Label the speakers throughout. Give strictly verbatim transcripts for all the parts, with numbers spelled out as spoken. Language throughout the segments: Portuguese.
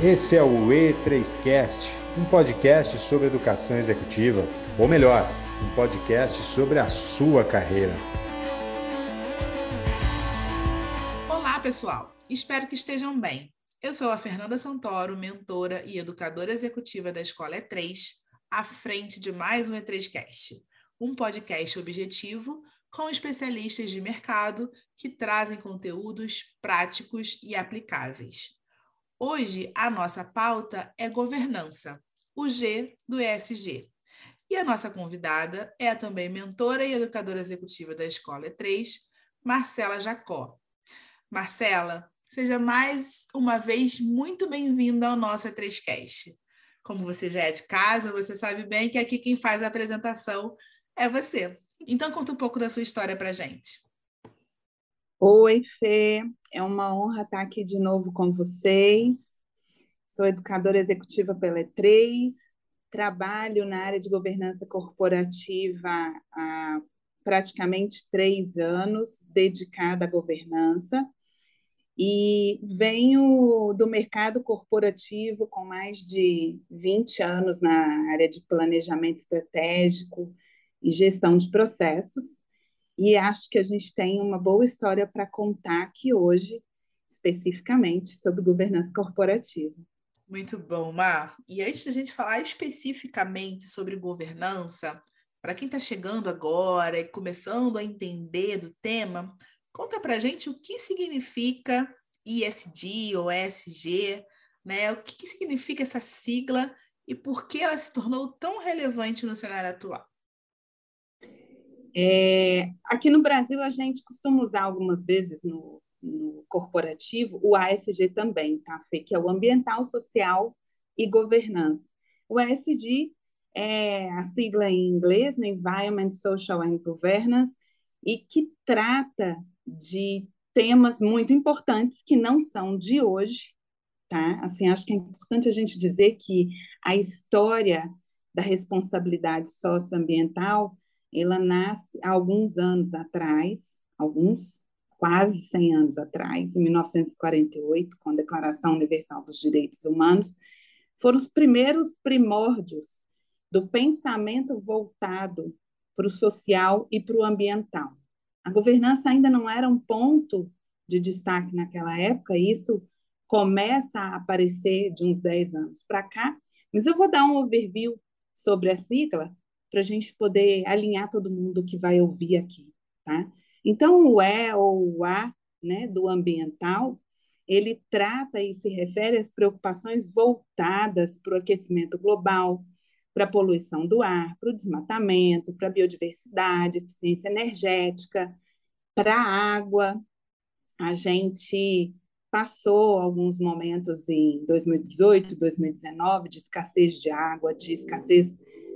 Speaker 1: Esse é o E três Cast, um podcast sobre educação executiva, ou melhor, um podcast sobre a sua carreira.
Speaker 2: Olá, pessoal! Espero que estejam bem. Eu sou a Fernanda Santoro, mentora e educadora executiva da Escola E três, à frente de mais um E três Cast, um podcast objetivo com especialistas de mercado que trazem conteúdos práticos e aplicáveis. Hoje, a nossa pauta é governança, o G do E S G. E a nossa convidada é a também mentora e educadora executiva da Escola E três, Marcela Jacó. Marcela, seja mais uma vez muito bem-vinda ao nosso E três Cast. Como você já é de casa, você sabe bem que aqui quem faz a apresentação é você. Então, conta um pouco da sua história para a gente.
Speaker 3: Oi, Fê. É uma honra estar aqui de novo com vocês. Sou educadora executiva pela E três, trabalho na área de governança corporativa há praticamente três anos, dedicada à governança, e venho do mercado corporativo com mais de vinte anos na área de planejamento estratégico e gestão de processos. E acho que a gente tem uma boa história para contar aqui hoje, especificamente sobre governança corporativa.
Speaker 2: Muito bom, Mar. E antes da gente falar especificamente sobre governança, para quem está chegando agora e começando a entender do tema, conta para a gente o que significa E S G ou E S G, né? O que, que significa essa sigla e por que ela se tornou tão relevante no cenário atual.
Speaker 3: É, aqui no Brasil, a gente costuma usar algumas vezes no, no corporativo o A S G também, tá, Fê? Que é o Ambiental, Social e Governança. O A S G é a sigla em inglês, né? Environment, Social and Governance, e que trata de temas muito importantes que não são de hoje, tá? Assim, acho que é importante a gente dizer que a história da responsabilidade socioambiental ela nasce há alguns anos atrás, alguns, quase cem anos atrás, em mil novecentos e quarenta e oito, com a Declaração Universal dos Direitos Humanos, foram os primeiros primórdios do pensamento voltado para o social e para o ambiental. A governança ainda não era um ponto de destaque naquela época, e isso começa a aparecer de uns dez anos para cá, mas eu vou dar um overview sobre a sigla para a gente poder alinhar todo mundo que vai ouvir aqui, tá? Então, o E ou o A, né, do ambiental, ele trata e se refere às preocupações voltadas para o aquecimento global, para a poluição do ar, para o desmatamento, para a biodiversidade, eficiência energética, para a água. A gente passou alguns momentos em dois mil e dezoito, dois mil e dezenove de escassez de água, de escassez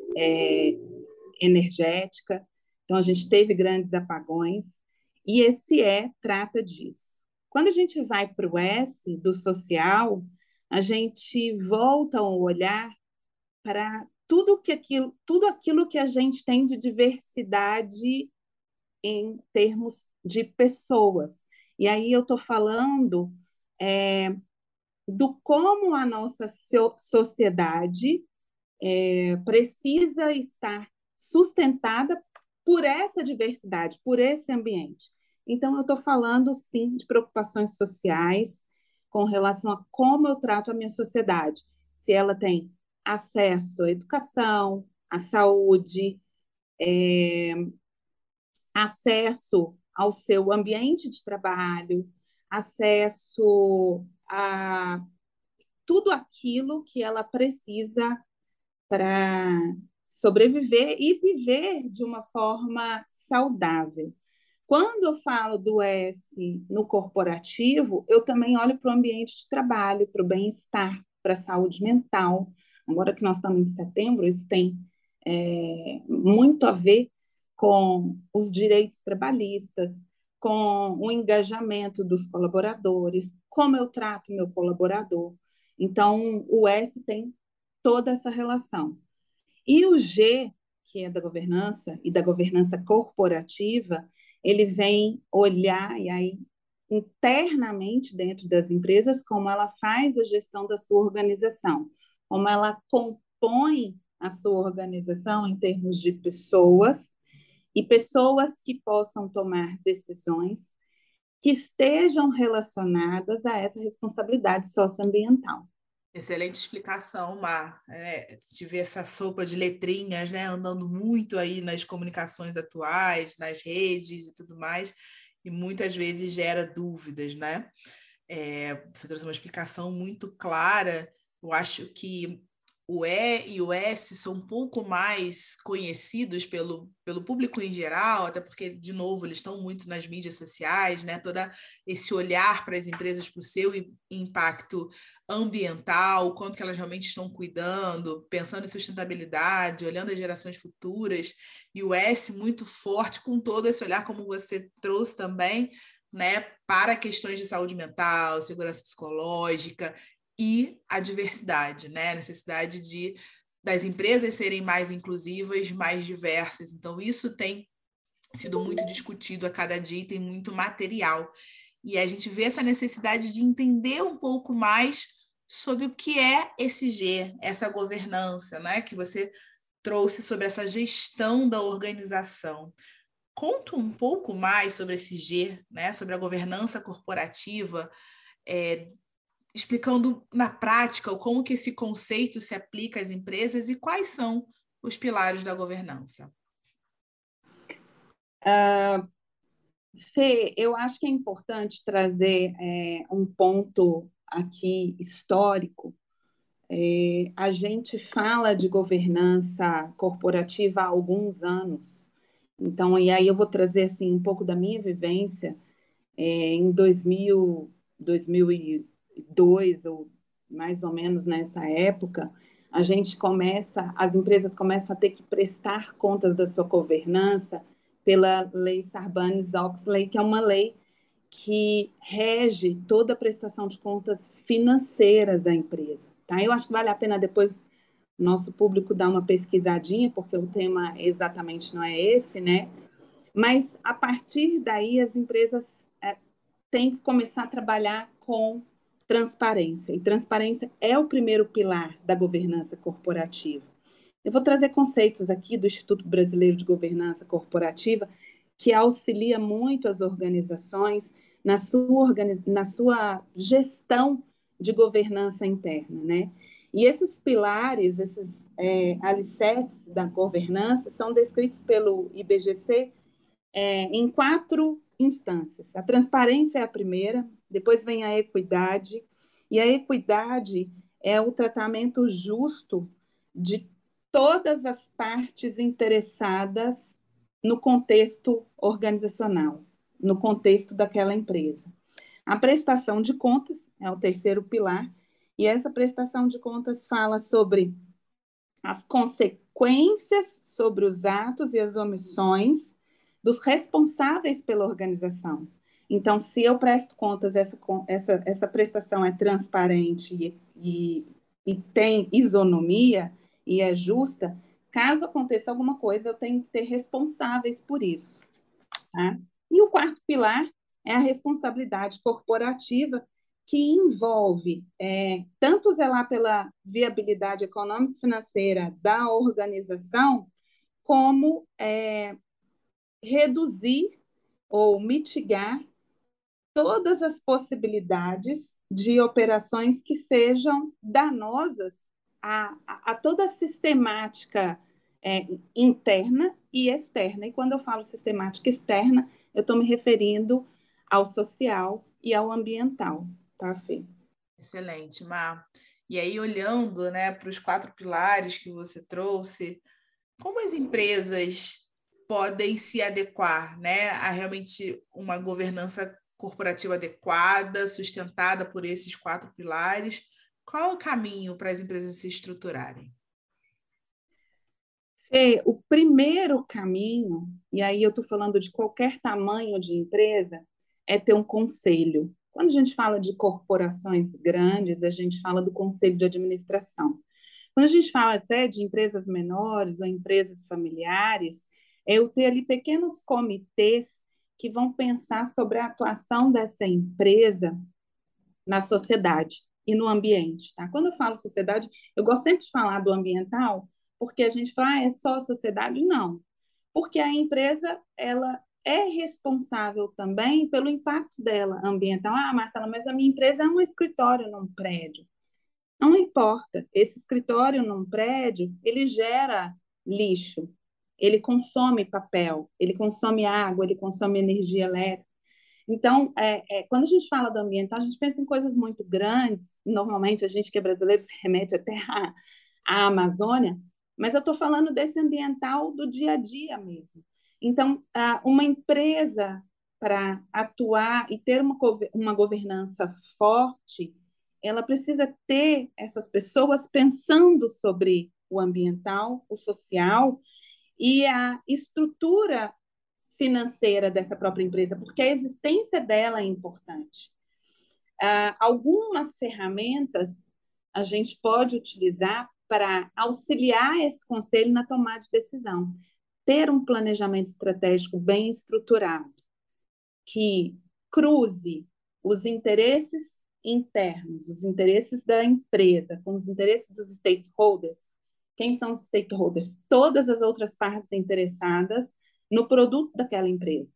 Speaker 3: é, energética. Então, a gente teve grandes apagões, e esse E trata disso. Quando a gente vai para o S, do social, a gente volta o olhar para tudo, que aquilo, tudo aquilo que a gente tem de diversidade em termos de pessoas. E aí eu estou falando é, do como a nossa so sociedade é, precisa estar sustentada por essa diversidade, por esse ambiente. Então, eu estou falando, sim, de preocupações sociais com relação a como eu trato a minha sociedade. Se ela tem acesso à educação, à saúde, é, acesso ao seu ambiente de trabalho, acesso a tudo aquilo que ela precisa para sobreviver e viver de uma forma saudável. Quando eu falo do S no corporativo, eu também olho para o ambiente de trabalho, para o bem-estar, para a saúde mental. Agora que nós estamos em setembro, isso tem é, muito a ver com os direitos trabalhistas, com o engajamento dos colaboradores, como eu trato meu colaborador. Então, o S tem toda essa relação. E o G, que é da governança e da governança corporativa, ele vem olhar, e aí internamente dentro das empresas, como ela faz a gestão da sua organização, como ela compõe a sua organização em termos de pessoas e pessoas que possam tomar decisões que estejam relacionadas a essa responsabilidade socioambiental.
Speaker 2: Excelente explicação, Mar. É, tive essa sopa de letrinhas, né, andando muito aí nas comunicações atuais, nas redes e tudo mais, e muitas vezes gera dúvidas, né? É, você trouxe uma explicação muito clara. Eu acho que o E e o S são um pouco mais conhecidos pelo, pelo público em geral, até porque, de novo, eles estão muito nas mídias sociais, né? Todo esse olhar para as empresas, para o seu impacto ambiental, o quanto que elas realmente estão cuidando, pensando em sustentabilidade, olhando as gerações futuras, e o S muito forte com todo esse olhar, como você trouxe também, né, para questões de saúde mental, segurança psicológica e a diversidade, né, a necessidade de, das empresas serem mais inclusivas, mais diversas. Então, isso tem sido muito discutido a cada dia e tem muito material. E a gente vê essa necessidade de entender um pouco mais sobre o que é esse G, essa governança, né, que você trouxe sobre essa gestão da organização. Conta um pouco mais sobre esse G, né, sobre a governança corporativa, é, explicando na prática como que esse conceito se aplica às empresas e quais são os pilares da governança.
Speaker 3: Uh, Fê, eu acho que é importante trazer é, um ponto aqui histórico. É, a gente fala de governança corporativa há alguns anos. Então, e aí eu vou trazer assim um pouco da minha vivência. É, em dois mil, dois mil e dois, ou mais ou menos nessa época, a gente começa, as empresas começam a ter que prestar contas da sua governança pela Lei Sarbanes-Oxley, que é uma lei que rege toda a prestação de contas financeiras da empresa. Tá? Eu acho que vale a pena depois nosso público dar uma pesquisadinha, porque o tema exatamente não é esse, né? Mas, a partir daí, as empresas é, têm que começar a trabalhar com transparência. E transparência é o primeiro pilar da governança corporativa. Eu vou trazer conceitos aqui do Instituto Brasileiro de Governança Corporativa, que auxilia muito as organizações na sua, na sua gestão de governança interna, né? E esses pilares, esses é, alicerces da governança, são descritos pelo I B G C é, em quatro instâncias. A transparência é a primeira, depois vem a equidade, e a equidade é o tratamento justo de todas as partes interessadas no contexto organizacional, no contexto daquela empresa. A prestação de contas é o terceiro pilar, e essa prestação de contas fala sobre as consequências sobre os atos e as omissões dos responsáveis pela organização. Então, se eu presto contas, essa, essa, essa prestação é transparente e, e, e tem isonomia e é justa, caso aconteça alguma coisa, eu tenho que ter responsáveis por isso. Tá? E o quarto pilar é a responsabilidade corporativa, que envolve é, tanto zelar pela viabilidade econômica e financeira da organização, como é, reduzir ou mitigar todas as possibilidades de operações que sejam danosas a, a, a toda a sistemática é, interna e externa. E quando eu falo sistemática externa, eu estou me referindo ao social e ao ambiental, tá, Fê?
Speaker 2: Excelente, Mar. E aí, olhando, né, para os quatro pilares que você trouxe, como as empresas podem se adequar, né, a realmente uma governança corporativa adequada, sustentada por esses quatro pilares? Qual é o caminho para as empresas se estruturarem?
Speaker 3: Fê, o primeiro caminho, e aí eu estou falando de qualquer tamanho de empresa, é ter um conselho. Quando a gente fala de corporações grandes, a gente fala do conselho de administração. Quando a gente fala até de empresas menores ou empresas familiares, é eu ter ali pequenos comitês que vão pensar sobre a atuação dessa empresa na sociedade e no ambiente. Tá? Quando eu falo sociedade, eu gosto sempre de falar do ambiental, porque a gente fala, ah, é só a sociedade? Não, porque a empresa ela é responsável também pelo impacto dela ambiental. Ah, Marcela, mas a minha empresa é um escritório num prédio. Não importa, esse escritório num prédio, ele gera lixo, ele consome papel, ele consome água, ele consome energia elétrica. Então, é, é, quando a gente fala do ambiental, a gente pensa em coisas muito grandes. Normalmente, a gente que é brasileiro se remete até à, à Amazônia, mas eu estou falando desse ambiental do dia a dia mesmo. Então, uma empresa, para atuar e ter uma, uma governança forte, ela precisa ter essas pessoas pensando sobre o ambiental, o social e a estrutura financeira dessa própria empresa, porque a existência dela é importante. Uh, algumas ferramentas a gente pode utilizar para auxiliar esse conselho na tomada de decisão. Ter um planejamento estratégico bem estruturado, que cruze os interesses internos, os interesses da empresa com os interesses dos stakeholders. Quem são os stakeholders? Todas as outras partes interessadas no produto daquela empresa.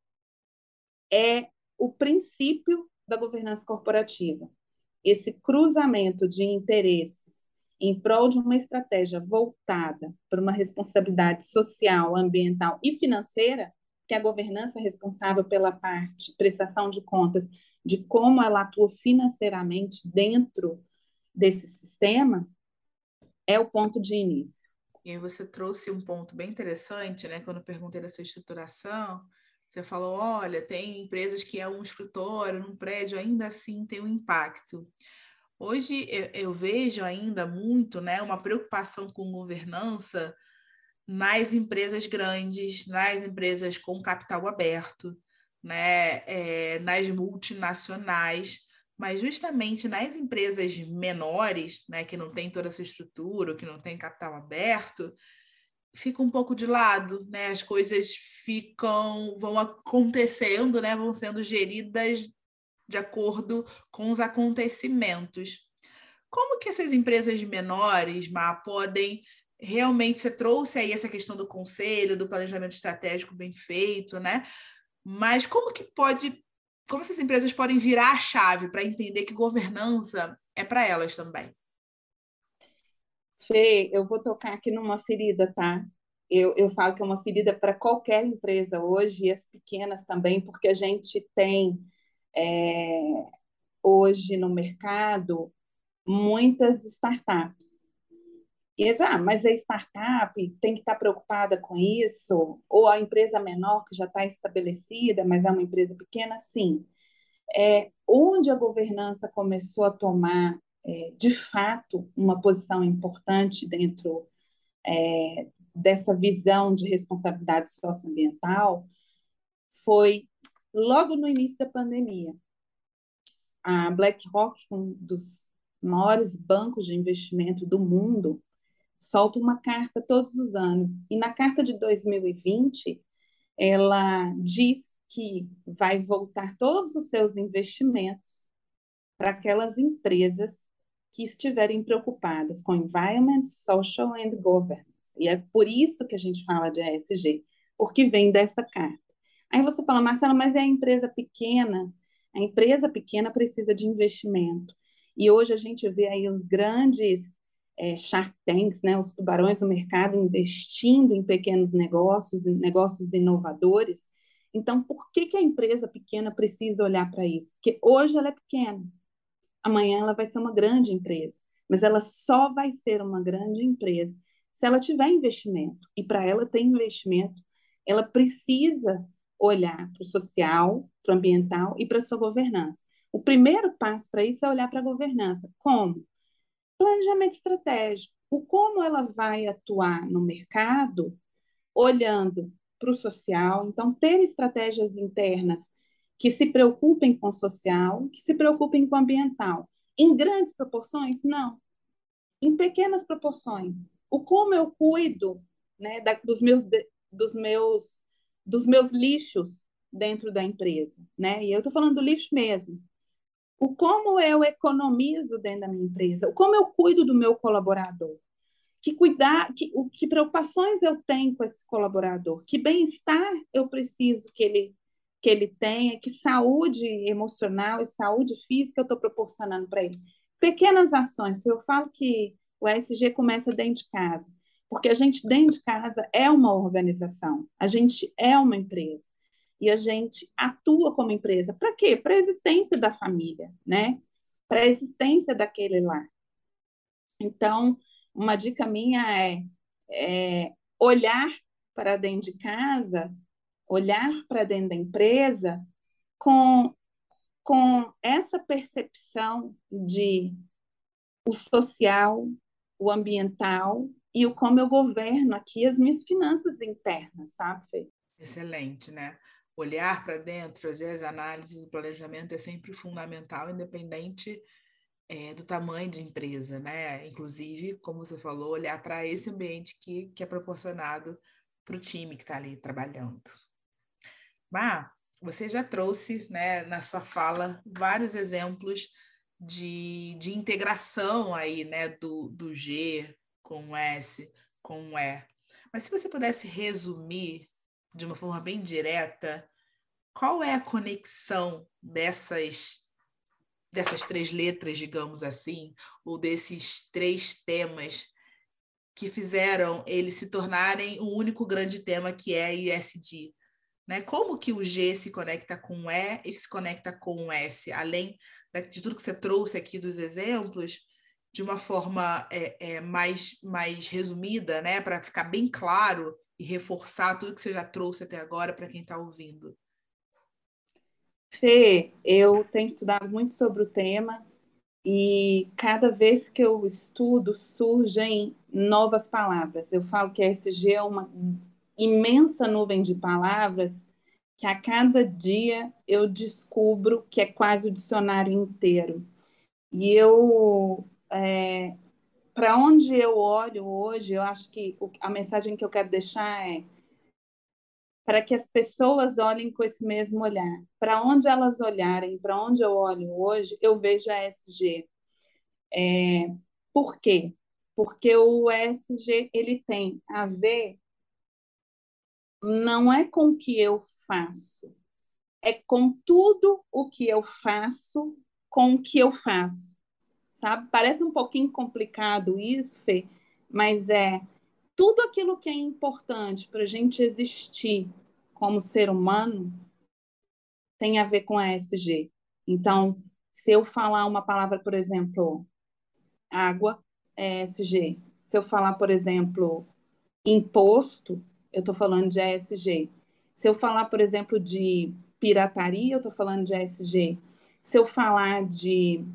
Speaker 3: É o princípio da governança corporativa. Esse cruzamento de interesses em prol de uma estratégia voltada para uma responsabilidade social, ambiental e financeira, que a governança é responsável pela parte, prestação de contas, de como ela atua financeiramente dentro desse sistema, é o ponto de início.
Speaker 2: E aí você trouxe um ponto bem interessante, né? Quando eu perguntei dessa estruturação, você falou, olha, tem empresas que é um escritório, num prédio, ainda assim tem um impacto. Hoje eu, eu vejo ainda muito, né, uma preocupação com governança nas empresas grandes, nas empresas com capital aberto, né, é, nas multinacionais, mas justamente nas empresas menores, né, que não tem toda essa estrutura, que não tem capital aberto, fica um pouco de lado, né? As coisas ficam, vão acontecendo, né? Vão sendo geridas de acordo com os acontecimentos. Como que essas empresas menores, Má, podem realmente, você trouxe aí essa questão do conselho, do planejamento estratégico bem feito, né? Mas como que pode, como essas empresas podem virar a chave para entender que governança é para elas também?
Speaker 3: Fê, eu vou tocar aqui numa ferida, tá? Eu, eu falo que é uma ferida para qualquer empresa hoje, e as pequenas também, porque a gente tem é, hoje no mercado muitas startups. E eles, ah, mas a startup tem que estar preocupada com isso? Ou a empresa menor que já está estabelecida, mas é uma empresa pequena? Sim. É, onde a governança começou a tomar, é, de fato, uma posição importante dentro é, dessa visão de responsabilidade socioambiental foi logo no início da pandemia. A BlackRock, um dos maiores bancos de investimento do mundo, solta uma carta todos os anos. E na carta de dois mil e vinte, ela diz que vai voltar todos os seus investimentos para aquelas empresas que estiverem preocupadas com environment, social and governance. E é por isso que a gente fala de E S G, porque vem dessa carta. Aí você fala, Marcela, mas é a empresa pequena. A empresa pequena precisa de investimento. E hoje a gente vê aí os grandes é, Shark Tanks, né, os tubarões do mercado investindo em pequenos negócios, em negócios inovadores. Então, por que, que a empresa pequena precisa olhar para isso? Porque hoje ela é pequena. Amanhã ela vai ser uma grande empresa, mas ela só vai ser uma grande empresa se ela tiver investimento. E para ela ter investimento, ela precisa olhar para o social, para o ambiental e para a sua governança. O primeiro passo para isso é olhar para a governança. Como? Planejamento estratégico. O como ela vai atuar no mercado, olhando para o social. Então, ter estratégias internas que se preocupem com o social, que se preocupem com o ambiental. Em grandes proporções? Não. Em pequenas proporções. O como eu cuido, né, da, dos, meus, dos, meus, dos meus lixos dentro da empresa, né? E eu estou falando do lixo mesmo. O como eu economizo dentro da minha empresa, o como eu cuido do meu colaborador, que cuidar, que, o, que preocupações eu tenho com esse colaborador, que bem-estar eu preciso que ele, que ele tenha, que saúde emocional e saúde física eu estou proporcionando para ele. Pequenas ações, eu falo que o E S G começa dentro de casa, porque a gente dentro de casa é uma organização, a gente é uma empresa. E a gente atua como empresa. Para quê? Para a existência da família, né? Para a existência daquele lar. Então, uma dica minha é, é olhar para dentro de casa, olhar para dentro da empresa com, com essa percepção de o social, o ambiental e o como eu governo aqui as minhas finanças internas, sabe, Fê?
Speaker 2: Excelente, né? Olhar para dentro, fazer as análises, o planejamento é sempre fundamental, independente é, do tamanho de empresa, né? Inclusive, como você falou, olhar para esse ambiente que, que é proporcionado para o time que está ali trabalhando. Mas você já trouxe, né, na sua fala vários exemplos de, de integração aí, né, do, do G com o S, com o E. Mas se você pudesse resumir de uma forma bem direta, qual é a conexão dessas, dessas três letras, digamos assim, ou desses três temas que fizeram eles se tornarem um único grande tema que é E S G? Né? Como que o G se conecta com o E e se conecta com o S, além de tudo que você trouxe aqui dos exemplos, de uma forma é, é, mais, mais resumida, né? Para ficar bem claro e reforçar tudo que você já trouxe até agora para quem está ouvindo.
Speaker 3: Fê, eu tenho estudado muito sobre o tema e cada vez que eu estudo surgem novas palavras. Eu falo que a E S G é uma imensa nuvem de palavras que a cada dia eu descubro que é quase o dicionário inteiro. E eu, é, para onde eu olho hoje, eu acho que a mensagem que eu quero deixar é para que as pessoas olhem com esse mesmo olhar. Para onde elas olharem, para onde eu olho hoje, eu vejo a E S G. É, por quê? Porque o E S G ele tem a ver, não é com o que eu faço, é com tudo o que eu faço com o que eu faço, sabe? Parece um pouquinho complicado isso, Fê, mas é tudo aquilo que é importante para a gente existir como ser humano tem a ver com a E S G. Então, se eu falar uma palavra, por exemplo, água, é E S G. Se eu falar, por exemplo, imposto, eu estou falando de E S G. Se eu falar, por exemplo, de pirataria, eu estou falando de E S G. Se eu falar de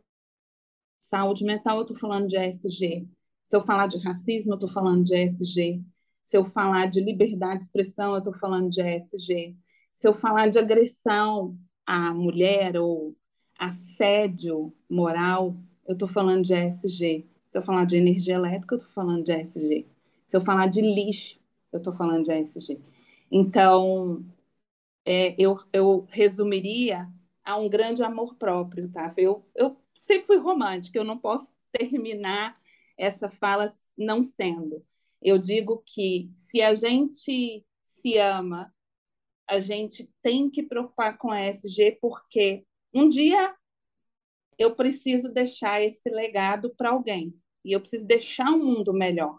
Speaker 3: saúde mental, eu estou falando de E S G. Se eu falar de racismo, eu estou falando de E S G. Se eu falar de liberdade de expressão, eu estou falando de E S G. Se eu falar de agressão à mulher ou assédio moral, eu estou falando de E S G. Se eu falar de energia elétrica, eu estou falando de E S G. Se eu falar de lixo, eu estou falando de E S G. Então, é, eu, eu resumiria a um grande amor próprio, tá? Eu, eu sempre fui romântica, eu não posso terminar essa fala não sendo. Eu digo que se a gente se ama, a gente tem que preocupar com a E S G, porque um dia eu preciso deixar esse legado para alguém, e eu preciso deixar um mundo melhor.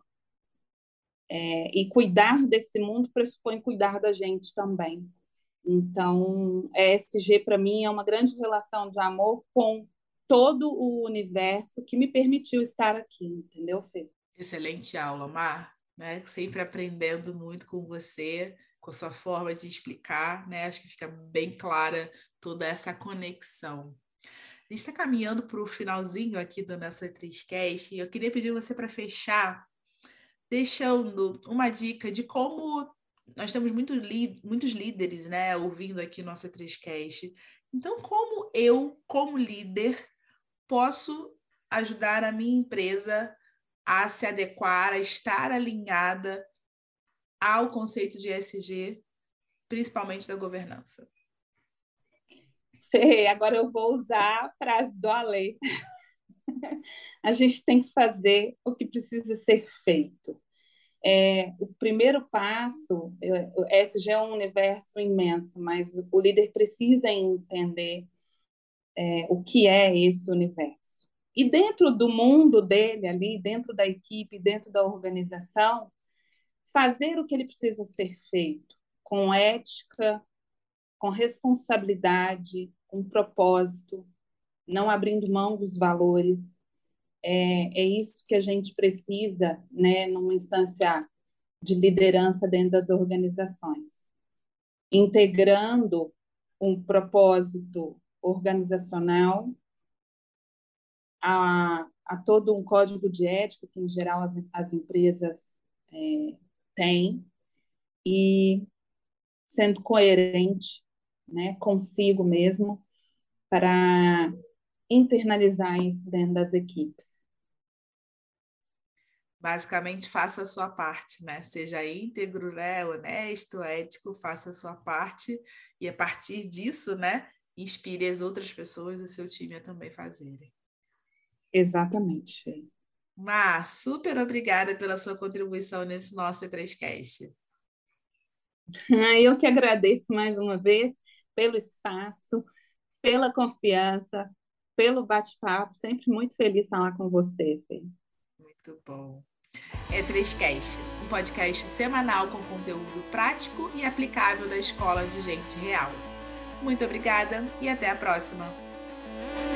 Speaker 3: É, e cuidar desse mundo pressupõe cuidar da gente também. Então, E S G para mim é uma grande relação de amor com todo o universo que me permitiu estar aqui, entendeu, Fê?
Speaker 2: Excelente aula, Mar, né? Sempre aprendendo muito com você, com a sua forma de explicar, né? Acho que fica bem clara toda essa conexão. A gente está caminhando para o finalzinho aqui do nosso Triscast e eu queria pedir você para fechar, deixando uma dica de como nós temos muitos, muitos líderes, né, ouvindo aqui o nosso Triscast. Então, como eu, como líder, posso ajudar a minha empresa a se adequar, a estar alinhada ao conceito de E S G principalmente da governança?
Speaker 3: Sei, agora eu vou usar a frase do Ale. A gente tem que fazer o que precisa ser feito. É, o primeiro passo, o E S G é um universo imenso, mas o líder precisa entender é, o que é esse universo. E dentro do mundo dele ali, dentro da equipe, dentro da organização, fazer o que ele precisa ser feito, com ética, com responsabilidade, com propósito, não abrindo mão dos valores. É, é isso que a gente precisa, né, numa instância de liderança dentro das organizações. Integrando um propósito organizacional a, a todo um código de ética que, em geral, as, as empresas é, têm, e sendo coerente, né, consigo mesmo, para internalizar isso dentro das equipes.
Speaker 2: Basicamente, faça a sua parte, né? Seja íntegro, né? Honesto, ético, faça a sua parte e, a partir disso, né, inspire as outras pessoas do seu time a também fazerem.
Speaker 3: Exatamente.
Speaker 2: Mar, super obrigada pela sua contribuição nesse nosso E três Cast.
Speaker 3: Eu que agradeço mais uma vez pelo espaço, pela confiança, pelo bate-papo. Sempre muito feliz falar com você, Fê.
Speaker 2: Muito bom. E três Cast, um podcast semanal com conteúdo prático e aplicável da Escola de Gente Real. Muito obrigada e até a próxima!